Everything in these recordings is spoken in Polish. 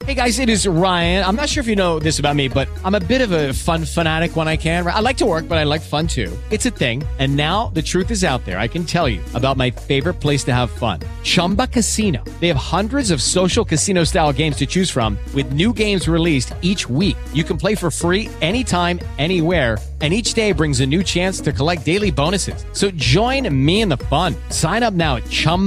Hey guys, it is Ryan. I'm not sure if you know this about me, but I'm a bit of a fun fanatic when I can. I like to work, but I like fun too. It's a thing. And now the truth is out there. I can tell you about my favorite place to have fun. Chumba Casino. They have hundreds of social casino style games to choose from with new games released each week. You can play for free anytime, anywhere. And each day brings a new chance to collect daily bonuses. So join me in the fun. Sign up now at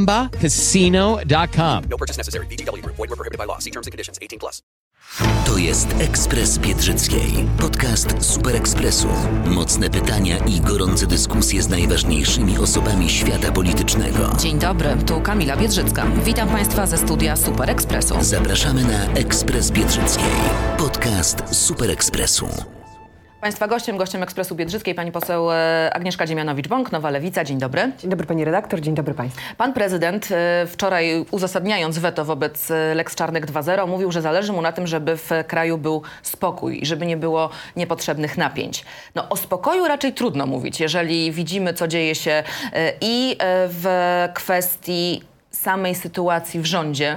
ChumbaCasino.com. No purchase necessary. VGW Group. Void where prohibited by law. See terms and conditions. 18+. To jest Ekspres Biedrzyckiej. Podcast Super Ekspresu. Mocne pytania i gorące dyskusje z najważniejszymi osobami świata politycznego. Dzień dobry, tu Kamila Biedrzycka. Witam Państwa ze studia Super Ekspresu. Zapraszamy na Ekspres Biedrzyckiej. Podcast Super Ekspresu. Państwa gościem Ekspresu Biedrzyckiej pani poseł Agnieszka Dziemianowicz-Bąk, Nowa Lewica. Dzień dobry. Dzień dobry pani redaktor, dzień dobry państwu. Pan prezydent wczoraj, uzasadniając weto wobec Lex Czarnek 2.0, mówił, że zależy mu na tym, żeby w kraju był spokój i żeby nie było niepotrzebnych napięć. No o spokoju raczej trudno mówić, jeżeli widzimy, co dzieje się i w kwestii samej sytuacji w rządzie,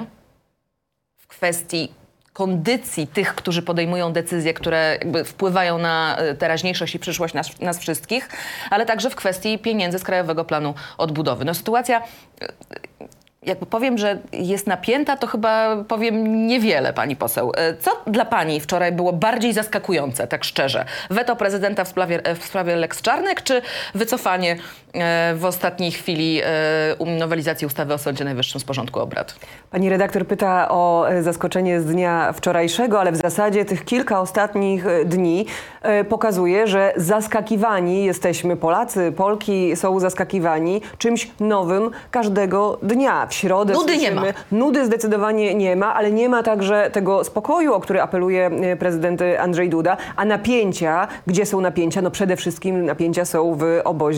w kwestii kondycji tych, którzy podejmują decyzje, które jakby wpływają na teraźniejszość i przyszłość nas wszystkich, ale także w kwestii pieniędzy z Krajowego Planu Odbudowy. No sytuacja, jakby powiem, że jest napięta, to chyba powiem niewiele, pani poseł. Co dla pani wczoraj było bardziej zaskakujące, tak szczerze? Weto prezydenta w sprawie Lex Czarnek, czy wycofanie w ostatniej chwili nowelizacji ustawy o Sądzie Najwyższym z porządku obrad? Pani redaktor pyta o zaskoczenie z dnia wczorajszego, ale w zasadzie tych kilka ostatnich dni pokazuje, że zaskakiwani jesteśmy Polacy, Polki są zaskakiwani czymś nowym każdego dnia. W środę nudy nie ma. Nudy zdecydowanie nie ma, ale nie ma także tego spokoju, o który apeluje prezydent Andrzej Duda. A napięcia, gdzie są napięcia? No przede wszystkim napięcia są w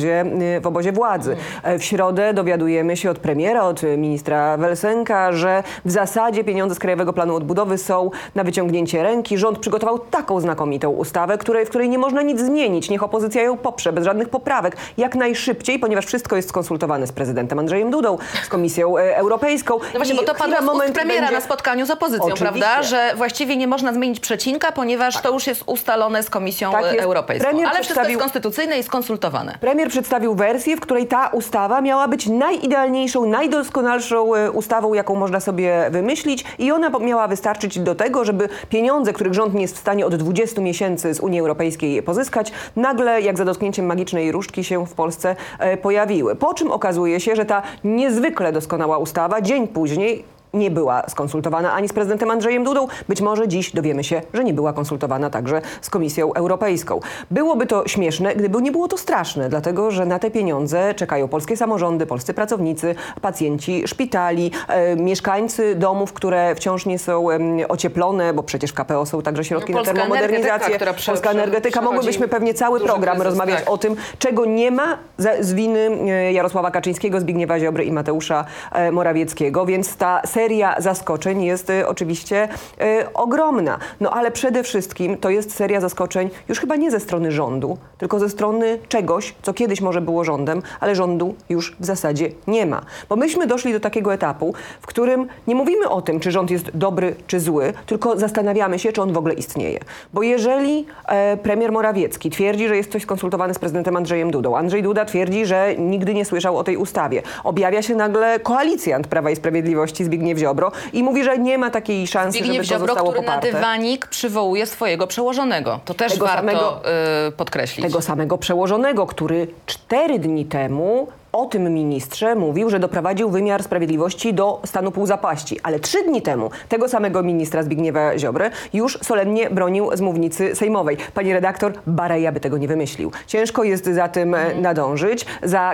obozie władzy. W środę dowiadujemy się od premiera, od ministra Welsenka, że w zasadzie pieniądze z Krajowego Planu Odbudowy są na wyciągnięcie ręki. Rząd przygotował taką znakomitą ustawę, w której nie można nic zmienić. Niech opozycja ją poprze, bez żadnych poprawek. Jak najszybciej, ponieważ wszystko jest skonsultowane z prezydentem Andrzejem Dudą, z Komisją Europejską. No właśnie, bo to padło z ust premiera na spotkaniu z opozycją, Oczywiście. Prawda? Że właściwie nie można zmienić przecinka, ponieważ to już jest ustalone z Komisją Europejską. Ale wszystko jest konstytucyjne i skonsultowane. Premier przedstawił wersję, w której ta ustawa miała być najidealniejszą, najdoskonalszą ustawą, jaką można sobie wymyślić i ona miała wystarczyć do tego, żeby pieniądze, których rząd nie jest w stanie od 20 miesięcy z Unii Europejskiej pozyskać, nagle jak za dotknięciem magicznej różdżki się w Polsce pojawiły. Po czym okazuje się, że ta niezwykle doskonała ustawa dzień później nie była skonsultowana ani z prezydentem Andrzejem Dudą. Być może dziś dowiemy się, że nie była konsultowana także z Komisją Europejską. Byłoby to śmieszne, gdyby nie było to straszne, dlatego że na te pieniądze czekają polskie samorządy, polscy pracownicy, pacjenci szpitali, mieszkańcy domów, które wciąż nie są ocieplone, bo przecież w KPO są także środki na termomodernizację. Polska energetyka. Mogłybyśmy pewnie cały program rozmawiać o tym, czego nie ma z winy Jarosława Kaczyńskiego, Zbigniewa Ziobry i Mateusza Morawieckiego, więc ta seria zaskoczeń jest oczywiście ogromna. No ale przede wszystkim to jest seria zaskoczeń już chyba nie ze strony rządu, tylko ze strony czegoś, co kiedyś może było rządem, ale rządu już w zasadzie nie ma. Bo myśmy doszli do takiego etapu, w którym nie mówimy o tym, czy rząd jest dobry, czy zły, tylko zastanawiamy się, czy on w ogóle istnieje. Bo jeżeli premier Morawiecki twierdzi, że jest coś skonsultowane z prezydentem Andrzejem Dudą, Andrzej Duda twierdzi, że nigdy nie słyszał o tej ustawie, objawia się nagle koalicjant Prawa i Sprawiedliwości, Zbigniew Ziobro, i mówi, że nie ma takiej szansy, żeby to Ziobro, zostało który poparte. na dywanik przywołuje swojego przełożonego. To też warto podkreślić. Tego samego przełożonego, który 4 dni temu o tym ministrze mówił, że doprowadził wymiar sprawiedliwości do stanu półzapaści. Ale 3 dni temu tego samego ministra Zbigniewa Ziobrę już solennie bronił z mównicy sejmowej. Pani redaktor, Bareja by tego nie wymyślił. Ciężko jest za tym nadążyć.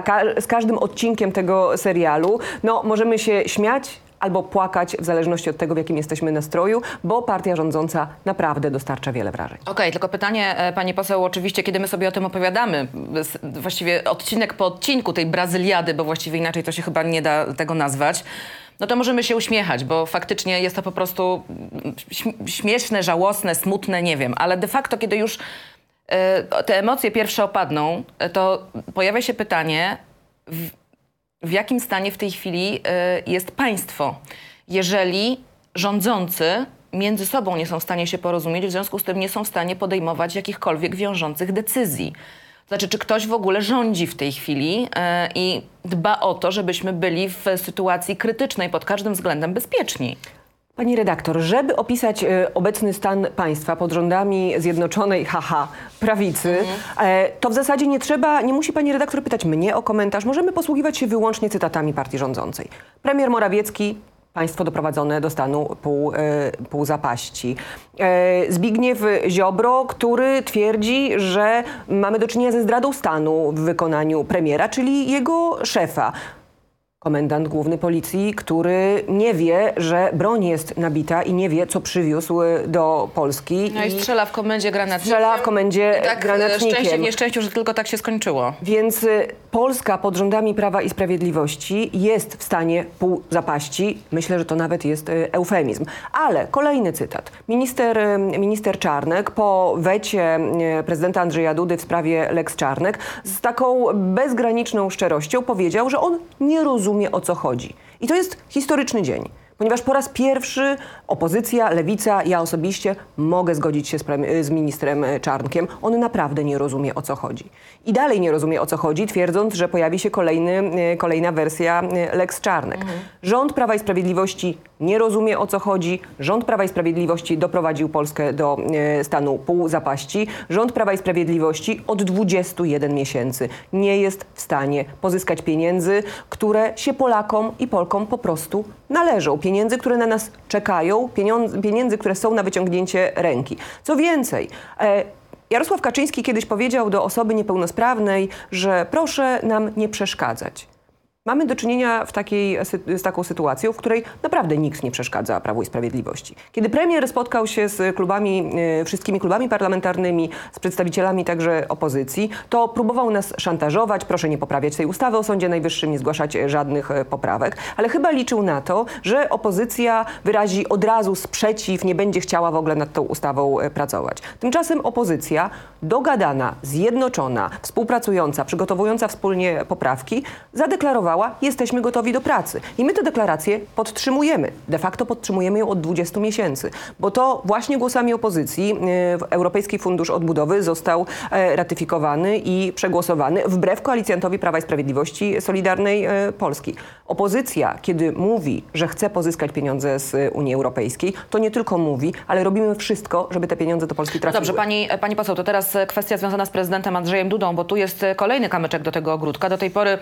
Z każdym odcinkiem tego serialu możemy się śmiać albo płakać, w zależności od tego, w jakim jesteśmy nastroju, bo partia rządząca naprawdę dostarcza wiele wrażeń. Okej, tylko pytanie, pani poseł, oczywiście, kiedy my sobie o tym opowiadamy, właściwie odcinek po odcinku tej brazyliady, bo właściwie inaczej to się chyba nie da tego nazwać, no to możemy się uśmiechać, bo faktycznie jest to po prostu śmieszne, żałosne, smutne, nie wiem, ale de facto, kiedy już te emocje pierwsze opadną, to pojawia się pytanie, w jakim stanie w tej chwili jest państwo, jeżeli rządzący między sobą nie są w stanie się porozumieć, w związku z tym nie są w stanie podejmować jakichkolwiek wiążących decyzji. Znaczy, czy ktoś w ogóle rządzi w tej chwili i dba o to, żebyśmy byli w sytuacji krytycznej pod każdym względem bezpieczni? Pani redaktor, żeby opisać obecny stan państwa pod rządami Zjednoczonej prawicy, to w zasadzie nie musi pani redaktor pytać mnie o komentarz. Możemy posługiwać się wyłącznie cytatami partii rządzącej. Premier Morawiecki: państwo doprowadzone do stanu pół zapaści. Zbigniew Ziobro, który twierdzi, że mamy do czynienia ze zdradą stanu w wykonaniu premiera, czyli jego szefa. Komendant główny policji, który nie wie, że broń jest nabita i nie wie, co przywiózł do Polski. No i strzela w komendzie granatnikiem. Strzela w komendzie granatnikiem. Szczęście w nieszczęściu, że tylko tak się skończyło. Więc Polska pod rządami Prawa i Sprawiedliwości jest w stanie pół zapaści. Myślę, że to nawet jest eufemizm. Ale kolejny cytat. Minister Czarnek po wecie prezydenta Andrzeja Dudy w sprawie Lex Czarnek z taką bezgraniczną szczerością powiedział, że on nie rozumie, o co chodzi. I to jest historyczny dzień, ponieważ po raz pierwszy opozycja, lewica, ja osobiście mogę zgodzić się z ministrem Czarnkiem. On naprawdę nie rozumie, o co chodzi. I dalej nie rozumie, o co chodzi, twierdząc, że pojawi się kolejna wersja Lex Czarnek. Rząd Prawa i Sprawiedliwości nie rozumie, o co chodzi. Rząd Prawa i Sprawiedliwości doprowadził Polskę do stanu pół zapaści. Rząd Prawa i Sprawiedliwości od 21 miesięcy nie jest w stanie pozyskać pieniędzy, które się Polakom i Polkom po prostu należą. Pieniędzy, które na nas czekają, pieniędzy, które są na wyciągnięcie ręki. Co więcej, Jarosław Kaczyński kiedyś powiedział do osoby niepełnosprawnej, że proszę nam nie przeszkadzać. Mamy do czynienia z taką sytuacją, w której naprawdę nikt nie przeszkadza Prawu i Sprawiedliwości. Kiedy premier spotkał się z wszystkimi klubami parlamentarnymi, z przedstawicielami także opozycji, to próbował nas szantażować: proszę nie poprawiać tej ustawy o Sądzie Najwyższym, nie zgłaszać żadnych poprawek, ale chyba liczył na to, że opozycja wyrazi od razu sprzeciw, nie będzie chciała w ogóle nad tą ustawą pracować. Tymczasem opozycja, dogadana, zjednoczona, współpracująca, przygotowująca wspólnie poprawki, zadeklarowała: jesteśmy gotowi do pracy. I my tę deklarację podtrzymujemy. De facto podtrzymujemy ją od 20 miesięcy. Bo to właśnie głosami opozycji Europejski Fundusz Odbudowy został ratyfikowany i przegłosowany wbrew koalicjantowi Prawa i Sprawiedliwości Solidarnej Polski. Opozycja, kiedy mówi, że chce pozyskać pieniądze z Unii Europejskiej, to nie tylko mówi, ale robimy wszystko, żeby te pieniądze do Polski trafiły. Dobrze, pani poseł, to teraz kwestia związana z prezydentem Andrzejem Dudą, bo tu jest kolejny kamyczek do tego ogródka. Do tej pory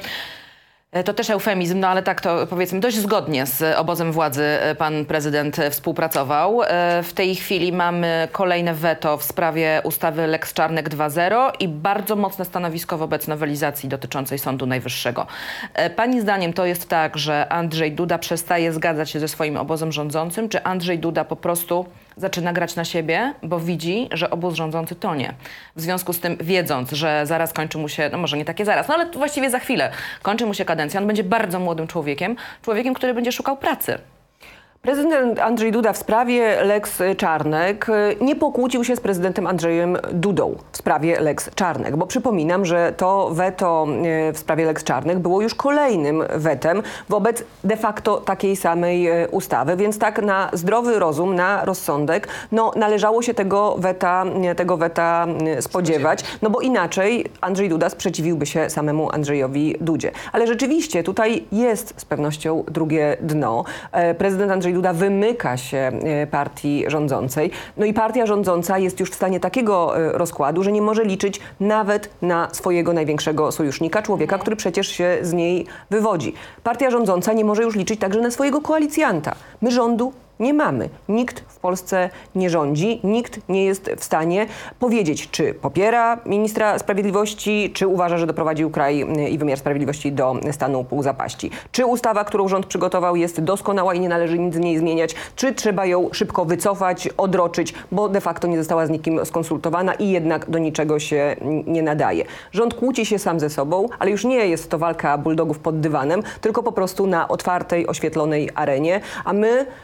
to też eufemizm, no ale tak to powiedzmy, dość zgodnie z obozem władzy pan prezydent współpracował. W tej chwili mamy kolejne weto w sprawie ustawy Lex Czarnek 2.0 i bardzo mocne stanowisko wobec nowelizacji dotyczącej Sądu Najwyższego. Pani zdaniem to jest tak, że Andrzej Duda przestaje zgadzać się ze swoim obozem rządzącym, czy Andrzej Duda po prostu zaczyna grać na siebie, bo widzi, że obóz rządzący tonie. W związku z tym, wiedząc, że zaraz kończy mu się, no może nie takie zaraz, no ale właściwie za chwilę kończy mu się kadencja, on będzie bardzo młodym człowiekiem, który będzie szukał pracy. Prezydent Andrzej Duda w sprawie Lex Czarnek nie pokłócił się z prezydentem Andrzejem Dudą w sprawie Lex Czarnek, bo przypominam, że to weto w sprawie Lex Czarnek było już kolejnym wetem wobec de facto takiej samej ustawy, więc tak na zdrowy rozum, na rozsądek, no należało się tego weta spodziewać, no bo inaczej Andrzej Duda sprzeciwiłby się samemu Andrzejowi Dudzie. Ale rzeczywiście tutaj jest z pewnością drugie dno. Prezydent Andrzej Duda wymyka się partii rządzącej. No i partia rządząca jest już w stanie takiego rozkładu, że nie może liczyć nawet na swojego największego sojusznika, człowieka, który przecież się z niej wywodzi. Partia rządząca nie może już liczyć także na swojego koalicjanta. My rządu nie mamy. Nikt w Polsce nie rządzi, nikt nie jest w stanie powiedzieć, czy popiera ministra sprawiedliwości, czy uważa, że doprowadził kraj i wymiar sprawiedliwości do stanu pół zapaści. Czy ustawa, którą rząd przygotował, jest doskonała i nie należy nic z niej zmieniać, czy trzeba ją szybko wycofać, odroczyć, bo de facto nie została z nikim skonsultowana i jednak do niczego się nie nadaje. Rząd kłóci się sam ze sobą, ale już nie jest to walka buldogów pod dywanem, tylko po prostu na otwartej, oświetlonej arenie, a my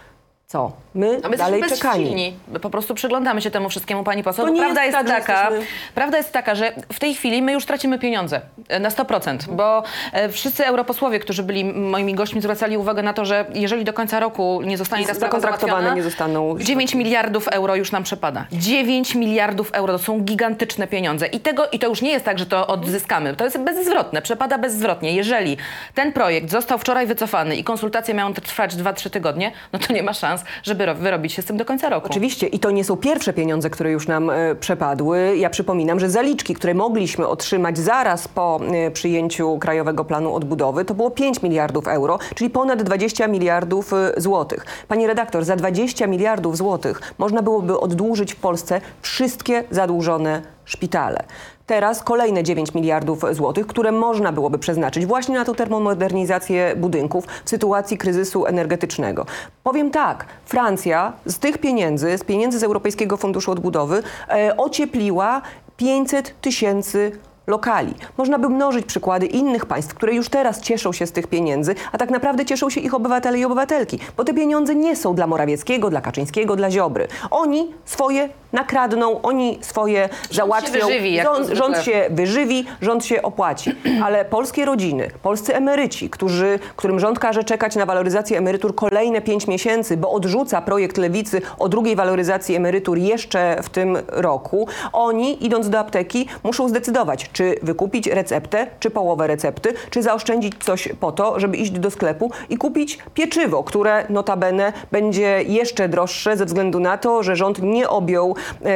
Co? My No my dalej jesteśmy czekani. bezsilni. Po prostu przyglądamy się temu wszystkiemu, pani poseł. To nie Prawda jest jest, tak, że prawda jest taka, że w tej chwili my już tracimy pieniądze na 100%, bo wszyscy europosłowie, którzy byli moimi gośćmi, zwracali uwagę na to, że jeżeli do końca roku nie zostanie ta sprawa Zakontraktowane załatwiona, nie zostaną 9 miliardów euro już nam przepada. 9 miliardów euro to są gigantyczne pieniądze. I to już nie jest tak, że to odzyskamy. To jest bezzwrotne, przepada bezzwrotnie. Jeżeli ten projekt został wczoraj wycofany i konsultacje mają trwać 2-3 tygodnie, no to nie ma szans, żeby wyrobić się z tym do końca roku. Oczywiście i to nie są pierwsze pieniądze, które już nam przepadły. Ja przypominam, że zaliczki, które mogliśmy otrzymać zaraz po przyjęciu Krajowego Planu Odbudowy, to było 5 miliardów euro, czyli ponad 20 miliardów złotych. Pani redaktor, za 20 miliardów złotych można byłoby oddłużyć w Polsce wszystkie zadłużone szpitale. Teraz kolejne 9 miliardów złotych, które można byłoby przeznaczyć właśnie na tą termomodernizację budynków w sytuacji kryzysu energetycznego. Powiem tak, Francja z tych pieniędzy, z pieniędzy z Europejskiego Funduszu Odbudowy ociepliła 500 000 lokali. Można by mnożyć przykłady innych państw, które już teraz cieszą się z tych pieniędzy, a tak naprawdę cieszą się ich obywatele i obywatelki, bo te pieniądze nie są dla Morawieckiego, dla Kaczyńskiego, dla Ziobry. Oni swoje nakradną, oni swoje załatwią. Się wyżywi, jak to zwykle. Rząd się wyżywi, rząd się opłaci. Ale polskie rodziny, polscy emeryci, którym rząd każe czekać na waloryzację emerytur kolejne 5 miesięcy, bo odrzuca projekt Lewicy o drugiej waloryzacji emerytur jeszcze w tym roku, oni idąc do apteki muszą zdecydować, czy wykupić receptę, czy połowę recepty, czy zaoszczędzić coś po to, żeby iść do sklepu i kupić pieczywo, które notabene będzie jeszcze droższe ze względu na to, że rząd nie objął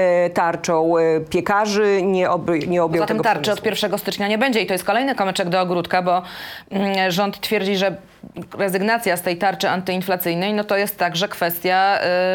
tarczą piekarzy, nie objął Poza tym tego tarczy przemysłu. od 1 stycznia nie będzie i to jest kolejny kamyczek do ogródka, bo rząd twierdzi, że rezygnacja z tej tarczy antyinflacyjnej, no to jest także kwestia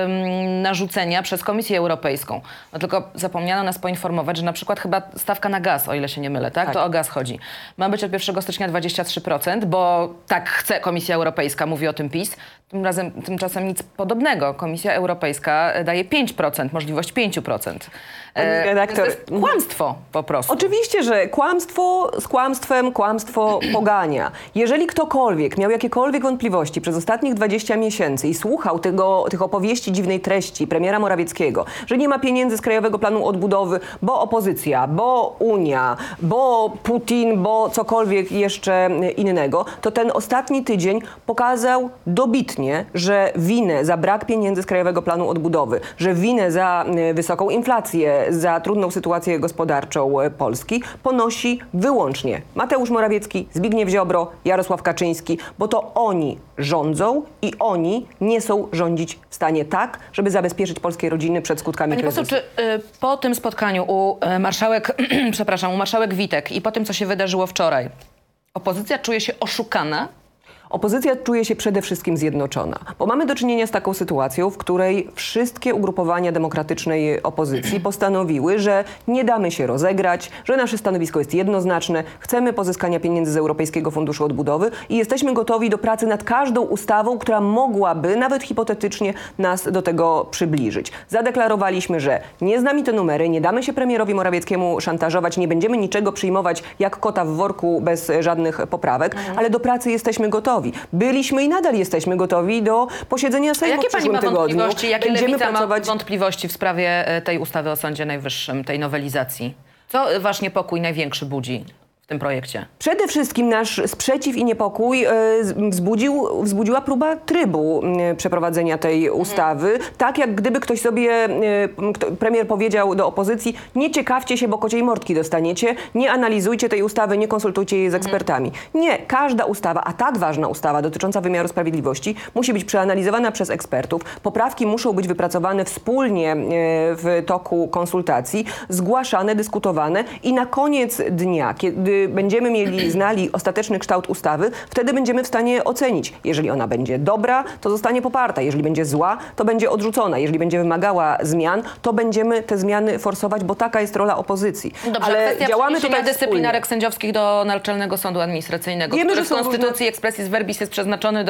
narzucenia przez Komisję Europejską. No tylko zapomniano nas poinformować, że na przykład chyba stawka na gaz, o ile się nie mylę, tak? To o gaz chodzi. Ma być od 1 stycznia 23%, bo tak chce Komisja Europejska, mówi o tym PiS. Tymczasem nic podobnego. Komisja Europejska daje 5%, możliwość 5%. Redaktor, To jest kłamstwo po prostu. Oczywiście, że kłamstwo z kłamstwem kłamstwo pogania. Jeżeli ktokolwiek miał jakiekolwiek wątpliwości przez ostatnich 20 miesięcy i słuchał tych opowieści dziwnej treści premiera Morawieckiego, że nie ma pieniędzy z Krajowego Planu Odbudowy, bo opozycja, bo Unia, bo Putin, bo cokolwiek jeszcze innego, to ten ostatni tydzień pokazał dobitnie, że winę za brak pieniędzy z Krajowego Planu Odbudowy, że winę za wysoką inflację, za trudną sytuację gospodarczą Polski ponosi wyłącznie Mateusz Morawiecki, Zbigniew Ziobro, Jarosław Kaczyński, bo to oni rządzą i oni nie są rządzić w stanie tak, żeby zabezpieczyć polskie rodziny przed skutkami Pani kryzysu. poseł, czy po tym spotkaniu u marszałek Witek i po tym, co się wydarzyło wczoraj, opozycja czuje się oszukana? Opozycja czuje się przede wszystkim zjednoczona, bo mamy do czynienia z taką sytuacją, w której wszystkie ugrupowania demokratycznej opozycji postanowiły, że nie damy się rozegrać, że nasze stanowisko jest jednoznaczne, chcemy pozyskania pieniędzy z Europejskiego Funduszu Odbudowy i jesteśmy gotowi do pracy nad każdą ustawą, która mogłaby nawet hipotetycznie nas do tego przybliżyć. Zadeklarowaliśmy, że nie znamy te numery, nie damy się premierowi Morawieckiemu szantażować, nie będziemy niczego przyjmować jak kota w worku bez żadnych poprawek, ale do pracy jesteśmy gotowi. Byliśmy i nadal jesteśmy gotowi do posiedzenia Sejmu Jakie w pani przyszłym ma tygodniu. wątpliwości? Jakie Lewica ma pracować... wątpliwości w sprawie tej ustawy o Sądzie Najwyższym, tej nowelizacji? Co wasz niepokój największy budzi w tym projekcie? Przede wszystkim nasz sprzeciw i niepokój wzbudziła próba trybu przeprowadzenia tej ustawy. Tak jak gdyby ktoś sobie, premier powiedział do opozycji, nie ciekawcie się, bo kociej mordki dostaniecie, nie analizujcie tej ustawy, nie konsultujcie jej z ekspertami. Nie, każda ustawa, a tak ważna ustawa dotycząca wymiaru sprawiedliwości musi być przeanalizowana przez ekspertów. Poprawki muszą być wypracowane wspólnie w toku konsultacji, zgłaszane, dyskutowane i na koniec dnia, kiedy będziemy znali ostateczny kształt ustawy, wtedy będziemy w stanie ocenić. Jeżeli ona będzie dobra, to zostanie poparta. Jeżeli będzie zła, to będzie odrzucona. Jeżeli będzie wymagała zmian, to będziemy te zmiany forsować, bo taka jest rola opozycji. Dobrze, ale kwestia działamy przeniesienia tutaj dyscyplinarek sędziowskich do Naczelnego Sądu Administracyjnego, Wiemy, który że w są Konstytucji różne... expressis verbis jest przeznaczony do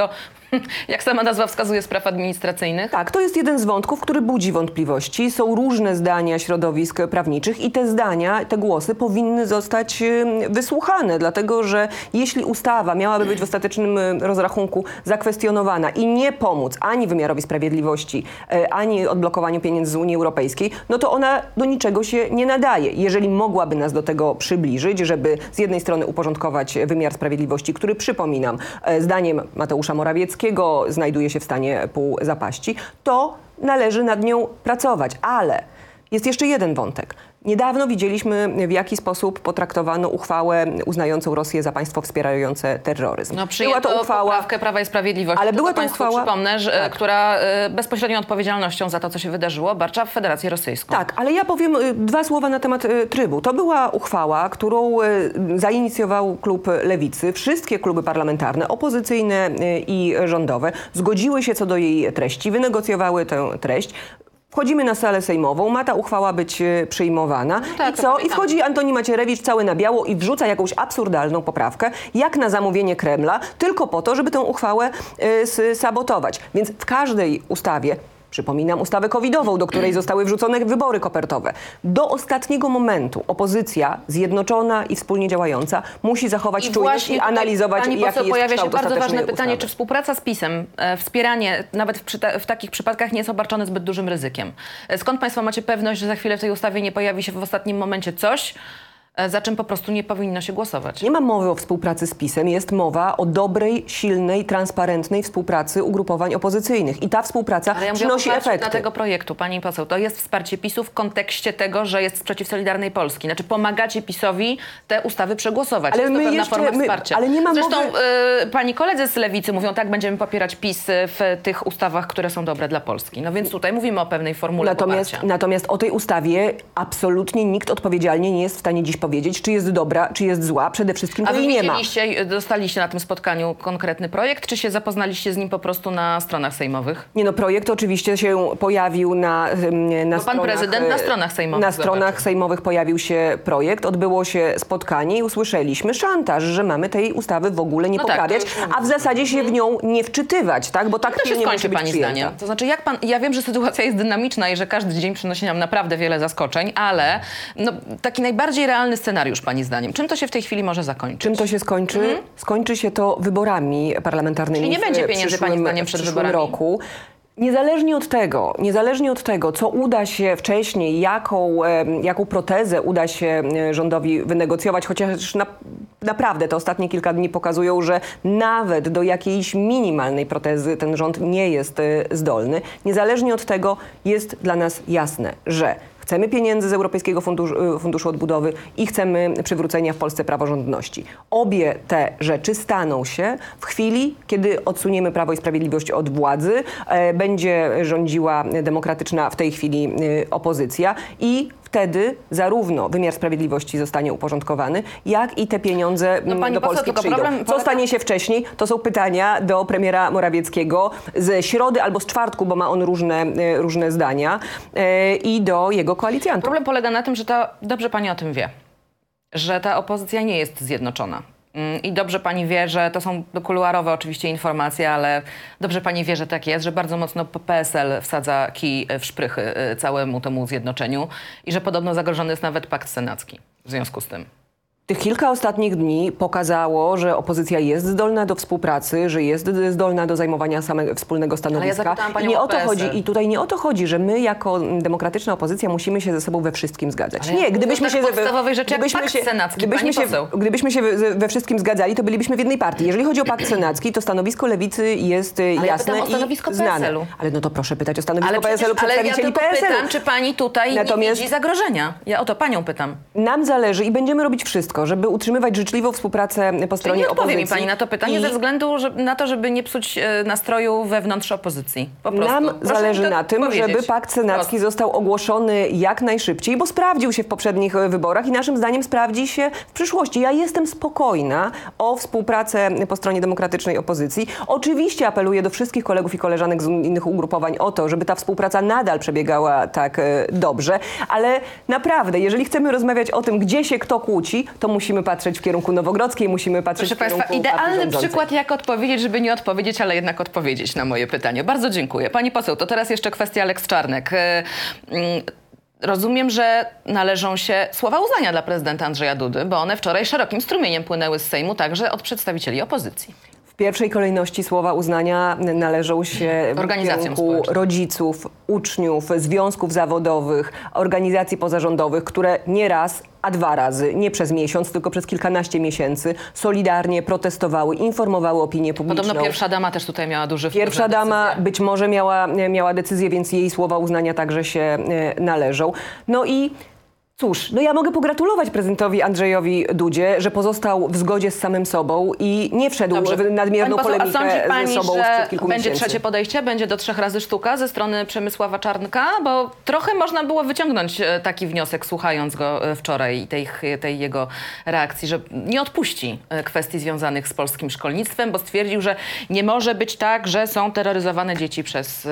Jak sama nazwa wskazuje, spraw administracyjnych? Tak, to jest jeden z wątków, który budzi wątpliwości. Są różne zdania środowisk prawniczych i te zdania, te głosy powinny zostać wysłuchane, dlatego że jeśli ustawa miałaby być w ostatecznym rozrachunku zakwestionowana i nie pomóc ani wymiarowi sprawiedliwości, ani odblokowaniu pieniędzy z Unii Europejskiej, no to ona do niczego się nie nadaje. Jeżeli mogłaby nas do tego przybliżyć, żeby z jednej strony uporządkować wymiar sprawiedliwości, który, przypominam, zdaniem Mateusza Morawieckiego znajduje się w stanie półzapaści, to należy nad nią pracować. Ale jest jeszcze jeden wątek. Niedawno widzieliśmy, w jaki sposób potraktowano uchwałę uznającą Rosję za państwo wspierające terroryzm. No, przyjęto poprawkę Prawa i Sprawiedliwości. Ale była to uchwała, przypomnę, że, tak, która bezpośrednią odpowiedzialnością za to, co się wydarzyło, obarcza Federację Rosyjską. Tak, ale ja powiem dwa słowa na temat trybu. To była uchwała, którą zainicjował klub Lewicy. Wszystkie kluby parlamentarne, opozycyjne i rządowe, zgodziły się co do jej treści, wynegocjowały tę treść. Wchodzimy na salę sejmową, ma ta uchwała być przyjmowana. No tak, i co? I wchodzi Antoni Macierewicz cały na biało i wrzuca jakąś absurdalną poprawkę, jak na zamówienie Kremla, tylko po to, żeby tę uchwałę sabotować. Więc w każdej ustawie, przypominam ustawę covidową, do której zostały wrzucone wybory kopertowe, do ostatniego momentu opozycja zjednoczona i wspólnie działająca musi zachować czujność i analizować, pani jaki jest pojawia się kształt bardzo ważne ostatecznej pytanie, ustawy. czy współpraca z PiS-em, wspieranie nawet w takich przypadkach nie jest obarczone zbyt dużym ryzykiem? Skąd państwo macie pewność, że za chwilę w tej ustawie nie pojawi się w ostatnim momencie coś, za czym po prostu nie powinno się głosować? Nie ma mowy o współpracy z PiS-em, jest mowa o dobrej, silnej, transparentnej współpracy ugrupowań opozycyjnych. I ta współpraca przynosi efekty. Dla tego projektu, pani poseł, to jest wsparcie PiS-u w kontekście tego, że jest sprzeciw Solidarnej Polski. Znaczy pomagacie PiS-owi te ustawy przegłosować. Ale jest to my pewna jeszcze, forma wsparcia. ale nie ma Zresztą mowy... pani koledzy z Lewicy mówią, tak, będziemy popierać PiS w tych ustawach, które są dobre dla Polski. No więc tutaj mówimy o pewnej formule poparcia. Natomiast o tej ustawie absolutnie nikt odpowiedzialnie nie jest w stanie dziś powiedzieć, czy jest dobra, czy jest zła. Przede wszystkim to jej nie ma. A wy dostaliście na tym spotkaniu konkretny projekt, czy się zapoznaliście z nim po prostu na stronach sejmowych? Nie no, projekt oczywiście się pojawił na Bo stronach... pan prezydent na stronach sejmowych. Na stronach sejmowych pojawił się projekt, odbyło się spotkanie i usłyszeliśmy szantaż, że mamy tej ustawy w ogóle nie poprawiać, a w zasadzie się w nią nie wczytywać, tak? Bo tak to się nie skończy musi być pani przyjęta. zdaniem. To znaczy, ja wiem, że sytuacja jest dynamiczna i że każdy dzień przynosi nam naprawdę wiele zaskoczeń, ale no, taki najbardziej realny scenariusz pani zdaniem. Czym to się w tej chwili może zakończyć? Czym to się skończy? Skończy się to wyborami parlamentarnymi. Czyli nie będzie pieniędzy pani zdaniem przed wyborami? Roku. Niezależnie od tego, co uda się wcześniej, jaką protezę uda się rządowi wynegocjować, chociaż naprawdę te ostatnie kilka dni pokazują, że nawet do jakiejś minimalnej protezy ten rząd nie jest zdolny. Niezależnie od tego jest dla nas jasne, że chcemy pieniędzy z Europejskiego Funduszu Odbudowy i chcemy przywrócenia w Polsce praworządności. Obie te rzeczy staną się w chwili, kiedy odsuniemy Prawo i Sprawiedliwość od władzy, będzie rządziła demokratyczna w tej chwili opozycja i wtedy zarówno wymiar sprawiedliwości zostanie uporządkowany, jak i te pieniądze do Polski przyjdą. Co stanie się wcześniej? To są pytania do premiera Morawieckiego z środy albo z czwartku, bo ma on różne zdania, i do jego koalicjantów. Problem polega na tym, że dobrze pani o tym wie, że ta opozycja nie jest zjednoczona. I dobrze pani wie, że to są kuluarowe oczywiście informacje, ale dobrze pani wie, że tak jest, że bardzo mocno PSL wsadza kij w szprychy całemu temu zjednoczeniu i że podobno zagrożony jest nawet pakt senacki w związku z tym. Tych kilka ostatnich dni pokazało, że opozycja jest zdolna do współpracy, że jest zdolna do zajmowania samego wspólnego stanowiska. Ale ja zapytałam panią I nie o PSL. I tutaj nie o to chodzi, że my jako demokratyczna opozycja musimy się ze sobą we wszystkim zgadzać. Ale nie, gdybyśmy się podstawowej rzeczy jak pakt senacki, gdybyśmy się we wszystkim zgadzali, to bylibyśmy w jednej partii. Jeżeli chodzi o pakt senacki, to stanowisko Lewicy jest jasne ja o stanowisko i znane. PSL-u. Ale no to proszę pytać o stanowisko PSL-u, ale ja przedstawicieli tylko PSL-u. pytam, czy pani tutaj nie widzi zagrożenia. Ja o to panią pytam. Nam zależy i będziemy robić wszystko, żeby utrzymywać życzliwą współpracę po stronie nie odpowie opozycji. mi pani na to pytanie ze względu na to, żeby nie psuć nastroju wewnątrz opozycji. Po prostu. Nam Proszę zależy na tym, powiedzieć. żeby pakt senacki został ogłoszony jak najszybciej, bo sprawdził się w poprzednich wyborach i naszym zdaniem sprawdzi się w przyszłości. Ja jestem spokojna o współpracę po stronie demokratycznej opozycji. Oczywiście apeluję do wszystkich kolegów i koleżanek z innych ugrupowań o to, żeby ta współpraca nadal przebiegała tak dobrze, ale naprawdę, jeżeli chcemy rozmawiać o tym, gdzie się kto kłóci, to to musimy patrzeć w kierunku Nowogrodzkiej, musimy patrzeć Proszę w kierunku Państwa, partii idealny rządzącej. przykład, jak odpowiedzieć, żeby nie odpowiedzieć, ale jednak odpowiedzieć na moje pytanie. Bardzo dziękuję. Pani poseł, to teraz jeszcze kwestia Lex Czarnek. Rozumiem, że należą się słowa uznania dla prezydenta Andrzeja Dudy, bo one wczoraj szerokim strumieniem płynęły z Sejmu, także od przedstawicieli opozycji. W pierwszej kolejności słowa uznania należą się w Organizacjom kierunku społecznym. rodziców, uczniów, związków zawodowych, organizacji pozarządowych, które nie raz, a 2 razy, nie przez miesiąc, tylko przez kilkanaście miesięcy solidarnie protestowały, informowały opinię publiczną. Podobno pierwsza dama też tutaj miała duży wpływ. Pierwsza na decyzję. dama być może miała decyzję, więc jej słowa uznania także się należą. No i cóż, no ja mogę pogratulować prezydentowi Andrzejowi Dudzie, że pozostał w zgodzie z samym sobą i nie wszedł w nadmierną Pani poseł, a sądzi polemikę pani, ze sobą że sprzed kilku będzie miesięcy. trzecie podejście, będzie do 3 razy sztuka ze strony Przemysława Czarnka? Bo trochę można było wyciągnąć taki wniosek, słuchając go wczoraj i tej jego reakcji, że nie odpuści kwestii związanych z polskim szkolnictwem, bo stwierdził, że nie może być tak, że są terroryzowane dzieci przez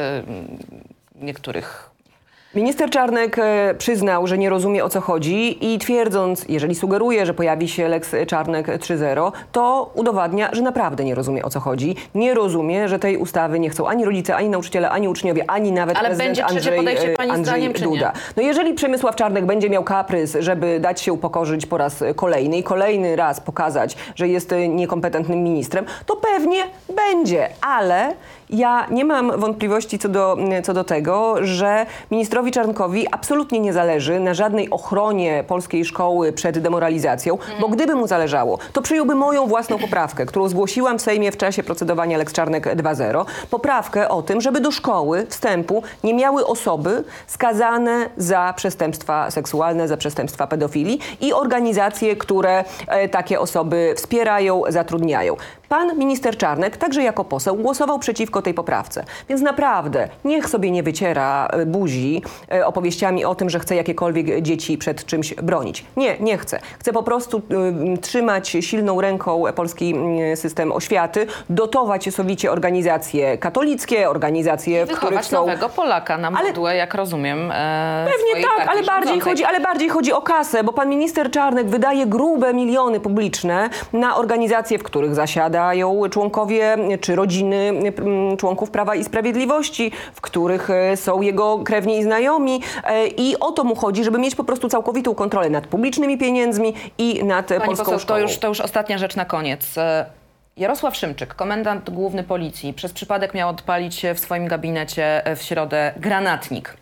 niektórych. Minister Czarnek przyznał, że nie rozumie, o co chodzi i twierdząc, jeżeli sugeruje, że pojawi się Lex Czarnek 3.0, to udowadnia, że naprawdę nie rozumie, o co chodzi. Nie rozumie, że tej ustawy nie chcą ani rodzice, ani nauczyciele, ani uczniowie, ani nawet Ale prezydent będzie trzecie podejście pani zdaniem, czy nie? Duda. No jeżeli Przemysław Czarnek będzie miał kaprys, żeby dać się upokorzyć po raz kolejny i kolejny raz pokazać, że jest niekompetentnym ministrem, to pewnie będzie, ale ja nie mam wątpliwości co do tego, że ministrowi Czarnkowi absolutnie nie zależy na żadnej ochronie polskiej szkoły przed demoralizacją, bo gdyby mu zależało, to przyjąłby moją własną poprawkę, którą zgłosiłam w Sejmie w czasie procedowania Lex Czarnek 2.0. Poprawkę o tym, żeby do szkoły wstępu nie miały osoby skazane za przestępstwa seksualne, za przestępstwa pedofilii i organizacje, które takie osoby wspierają, zatrudniają. Pan minister Czarnek, także jako poseł, głosował przeciwko tej poprawce. Więc naprawdę niech sobie nie wyciera buzi opowieściami o tym, że chce jakiekolwiek dzieci przed czymś bronić. Nie chce. Chce po prostu trzymać silną ręką polski system oświaty, dotować sowicie organizacje katolickie, organizacje, w których Wychować są... nowego Polaka na modłę, jak rozumiem. Pewnie tak, ale bardziej chodzi o kasę, bo pan minister Czarnek wydaje grube miliony publiczne na organizacje, w których zasiadają członkowie czy rodziny członków Prawa i Sprawiedliwości, w których są jego krewni i znajomi. I o to mu chodzi, żeby mieć po prostu całkowitą kontrolę nad publicznymi pieniędzmi i nad Pani polską poseł, szkołą. to już ostatnia rzecz na koniec. Jarosław Szymczyk, komendant główny policji, przez przypadek miał odpalić w swoim gabinecie w środę granatnik.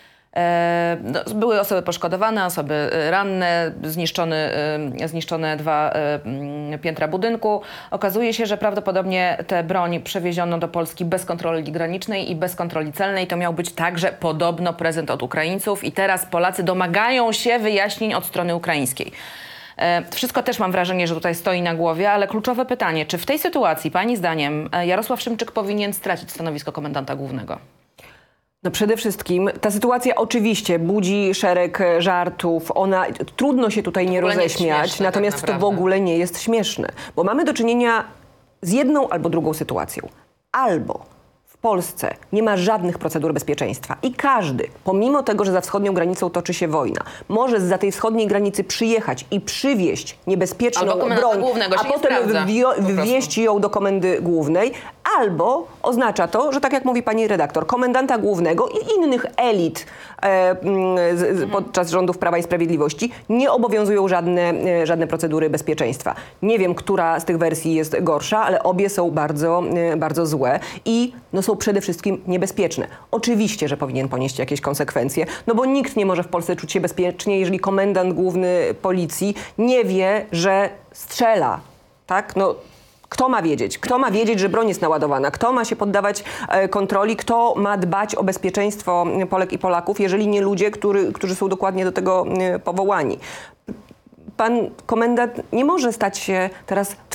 Były osoby poszkodowane, osoby ranne, zniszczone 2 piętra budynku. Okazuje się, że prawdopodobnie tę broń przewieziono do Polski bez kontroli granicznej i bez kontroli celnej. To miał być także podobno prezent od Ukraińców i teraz Polacy domagają się wyjaśnień od strony ukraińskiej. Wszystko też mam wrażenie, że tutaj stoi na głowie, ale kluczowe pytanie, czy w tej sytuacji, pani zdaniem, Jarosław Szymczyk powinien stracić stanowisko komendanta głównego? No przede wszystkim ta sytuacja oczywiście budzi szereg żartów. Trudno się tutaj nie roześmiać, śmieszne, natomiast tak to w naprawdę. ogóle nie jest śmieszne, bo mamy do czynienia z jedną albo drugą sytuacją. Albo w Polsce nie ma żadnych procedur bezpieczeństwa i każdy, pomimo tego, że za wschodnią granicą toczy się wojna, może zza tej wschodniej granicy przyjechać i przywieźć niebezpieczną Albo komendanta broń, głównego a się nie potem sprawdza, po prostu. wwieźć ją do komendy głównej, albo oznacza to, że tak jak mówi pani redaktor, komendanta głównego i innych elit podczas rządów Prawa i Sprawiedliwości nie obowiązują żadne procedury bezpieczeństwa. Nie wiem, która z tych wersji jest gorsza, ale obie są bardzo, bardzo złe i są przede wszystkim niebezpieczne. Oczywiście, że powinien ponieść jakieś konsekwencje, no bo nikt nie może w Polsce czuć się bezpiecznie, jeżeli komendant główny policji nie wie, że strzela. Tak? Kto ma wiedzieć? Kto ma wiedzieć, że broń jest naładowana? Kto ma się poddawać kontroli? Kto ma dbać o bezpieczeństwo Polek i Polaków, jeżeli nie ludzie, którzy są dokładnie do tego powołani? Pan komendant nie może stać się teraz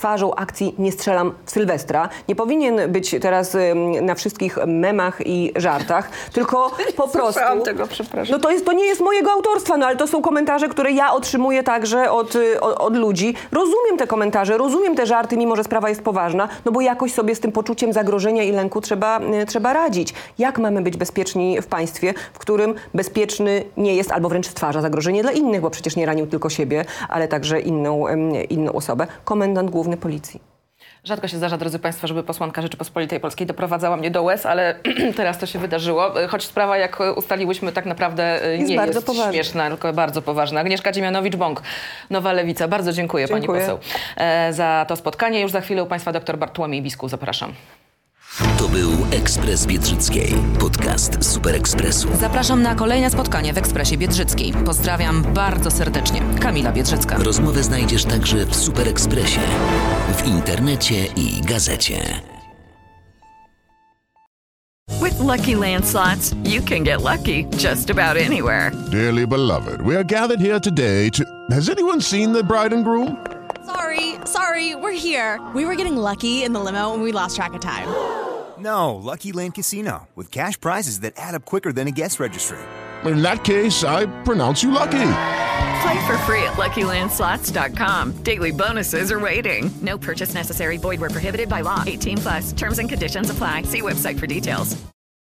twarzą akcji Nie strzelam w Sylwestra. Nie powinien być teraz na wszystkich memach i żartach, tylko po prostu... tego, przepraszam. No to nie jest mojego autorstwa, no ale to są komentarze, które ja otrzymuję także od ludzi. Rozumiem te komentarze, rozumiem te żarty, mimo że sprawa jest poważna, no bo jakoś sobie z tym poczuciem zagrożenia i lęku trzeba radzić. Jak mamy być bezpieczni w państwie, w którym bezpieczny nie jest, albo wręcz stwarza zagrożenie dla innych, bo przecież nie ranił tylko siebie, ale także inną osobę. Komendant główny policji. Rzadko się zdarza, drodzy Państwo, żeby posłanka Rzeczypospolitej Polskiej doprowadzała mnie do łez, ale teraz to się wydarzyło. Choć sprawa, jak ustaliłyśmy, tak naprawdę nie jest śmieszna, tylko bardzo poważna. Agnieszka Dziemianowicz-Bąk, Nowa Lewica. Bardzo dziękuję pani poseł za to spotkanie. Już za chwilę u Państwa dr Bartłomiej Biskuł. Zapraszam. To był Ekspres Biedrzyckiej, podcast Super Ekspresu. Zapraszam na kolejne spotkanie w Ekspresie Biedrzyckiej. Pozdrawiam bardzo serdecznie. Kamila Biedrzycka. Rozmowę znajdziesz także w Super Ekspresie, w internecie i gazecie. With Lucky Land Slots, you can get lucky just about anywhere. Dearly beloved, we are gathered here today to... Has anyone seen the bride and groom? Sorry, we're here. We were getting lucky in the limo and we lost track of time. No, Lucky Land Casino, with cash prizes that add up quicker than a guest registry. In that case, I pronounce you lucky. Play for free at LuckyLandSlots.com. Daily bonuses are waiting. No purchase necessary. Void where prohibited by law. 18+. Terms and conditions apply. See website for details.